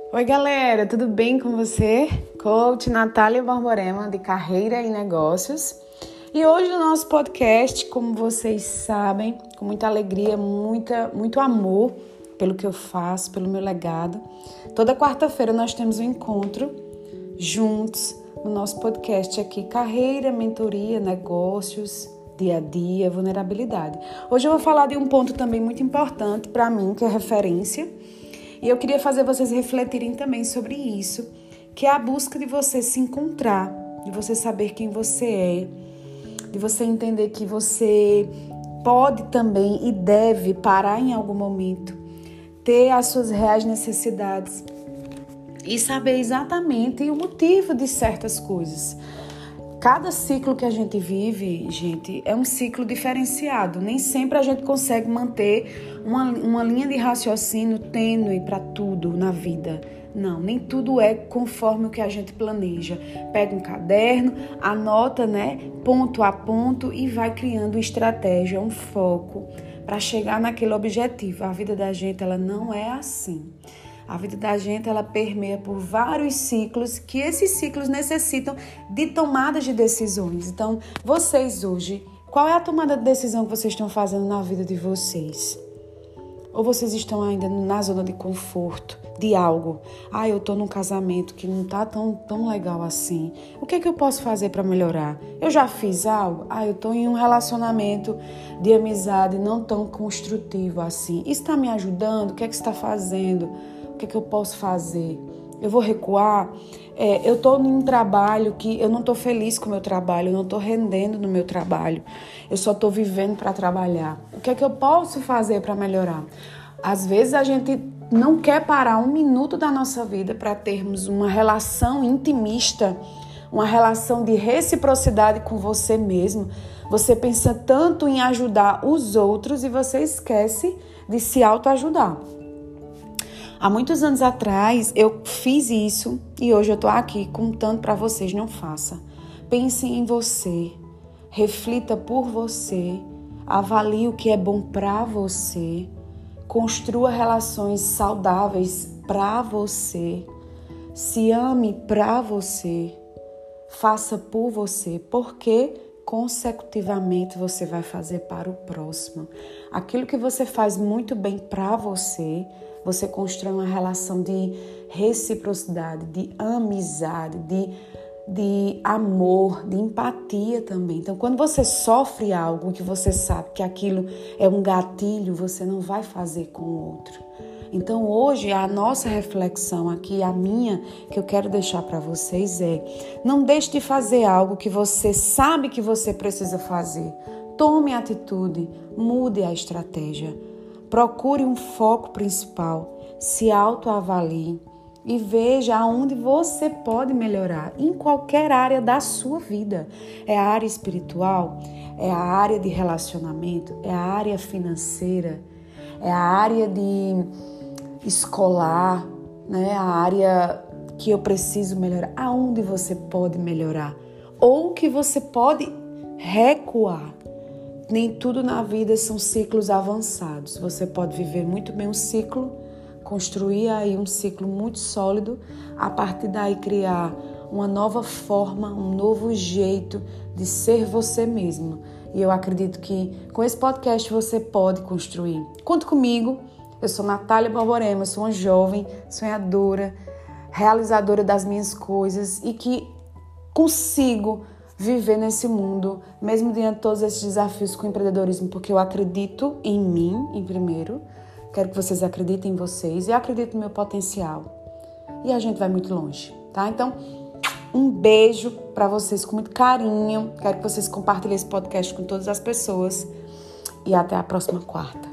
Oi galera, tudo bem com você? Coach Natália Borborema de Carreira e Negócios. E hoje no nosso podcast, como vocês sabem, com muita alegria, muito amor pelo que eu faço, pelo meu legado. Toda quarta-feira nós temos um encontro juntos no nosso podcast aqui, Carreira, Mentoria, Negócios, Dia a Dia, Vulnerabilidade. Hoje eu vou falar de um ponto também muito importante para mim, que é referência. E eu queria fazer vocês refletirem também sobre isso, que é a busca de você se encontrar, de você saber quem você é, de você entender que você pode também e deve parar em algum momento, ter as suas reais necessidades e saber exatamente o motivo de certas coisas. Cada ciclo que a gente vive, gente, é um ciclo diferenciado. Nem sempre a gente consegue manter uma linha de raciocínio tênue para tudo na vida. Não, nem tudo é conforme o que a gente planeja. Pega um caderno, anota, ponto a ponto e vai criando estratégia, um foco para chegar naquele objetivo. A vida da gente, ela não é assim. A vida da gente, ela permeia por vários ciclos, que esses ciclos necessitam de tomadas de decisões. Então, vocês hoje, qual é a tomada de decisão que vocês estão fazendo na vida de vocês? Ou vocês estão ainda na zona de conforto de algo? Eu estou num casamento que não está tão legal assim. O que é que eu posso fazer para melhorar? Eu já fiz algo? Eu estou em um relacionamento de amizade não tão construtivo assim. Isso está me ajudando? O que é que você está fazendo? O que é que eu posso fazer? Eu vou recuar? Eu estou em um trabalho que eu não estou feliz com o meu trabalho, eu não estou rendendo no meu trabalho, eu só estou vivendo para trabalhar. O que é que eu posso fazer para melhorar? Às vezes a gente não quer parar um minuto da nossa vida para termos uma relação intimista, uma relação de reciprocidade com você mesmo. Você pensa tanto em ajudar os outros e você esquece de se autoajudar. Há muitos anos atrás eu fiz isso e hoje eu estou aqui contando para vocês, não faça. Pense em você, reflita por você, avalie o que é bom para você, construa relações saudáveis para você, se ame para você, faça por você, porque consecutivamente você vai fazer para o próximo. Aquilo que você faz muito bem para você, você constrói uma relação de reciprocidade, de amizade, de amor, de empatia também. Então, quando você sofre algo que você sabe que aquilo é um gatilho, você não vai fazer com o outro. Então, hoje, a nossa reflexão aqui, a minha, que eu quero deixar para vocês não deixe de fazer algo que você sabe que você precisa fazer. Tome atitude, mude a estratégia. Procure um foco principal, se autoavalie e veja aonde você pode melhorar em qualquer área da sua vida. É a área espiritual, é a área de relacionamento, é a área financeira, é a área de escolar, a área que eu preciso melhorar. Aonde você pode melhorar ou que você pode recuar. Nem tudo na vida são ciclos avançados. Você pode viver muito bem um ciclo, construir aí um ciclo muito sólido, a partir daí criar uma nova forma, um novo jeito de ser você mesmo. E eu acredito que com esse podcast você pode construir. Conte comigo, eu sou Natália Borborema, sou uma jovem sonhadora, realizadora das minhas coisas e que consigo viver nesse mundo, mesmo diante de todos esses desafios com o empreendedorismo, porque eu acredito em mim, em primeiro, quero que vocês acreditem em vocês e acreditem no meu potencial. E a gente vai muito longe, tá? Então, um beijo para vocês com muito carinho, quero que vocês compartilhem esse podcast com todas as pessoas e até a próxima quarta.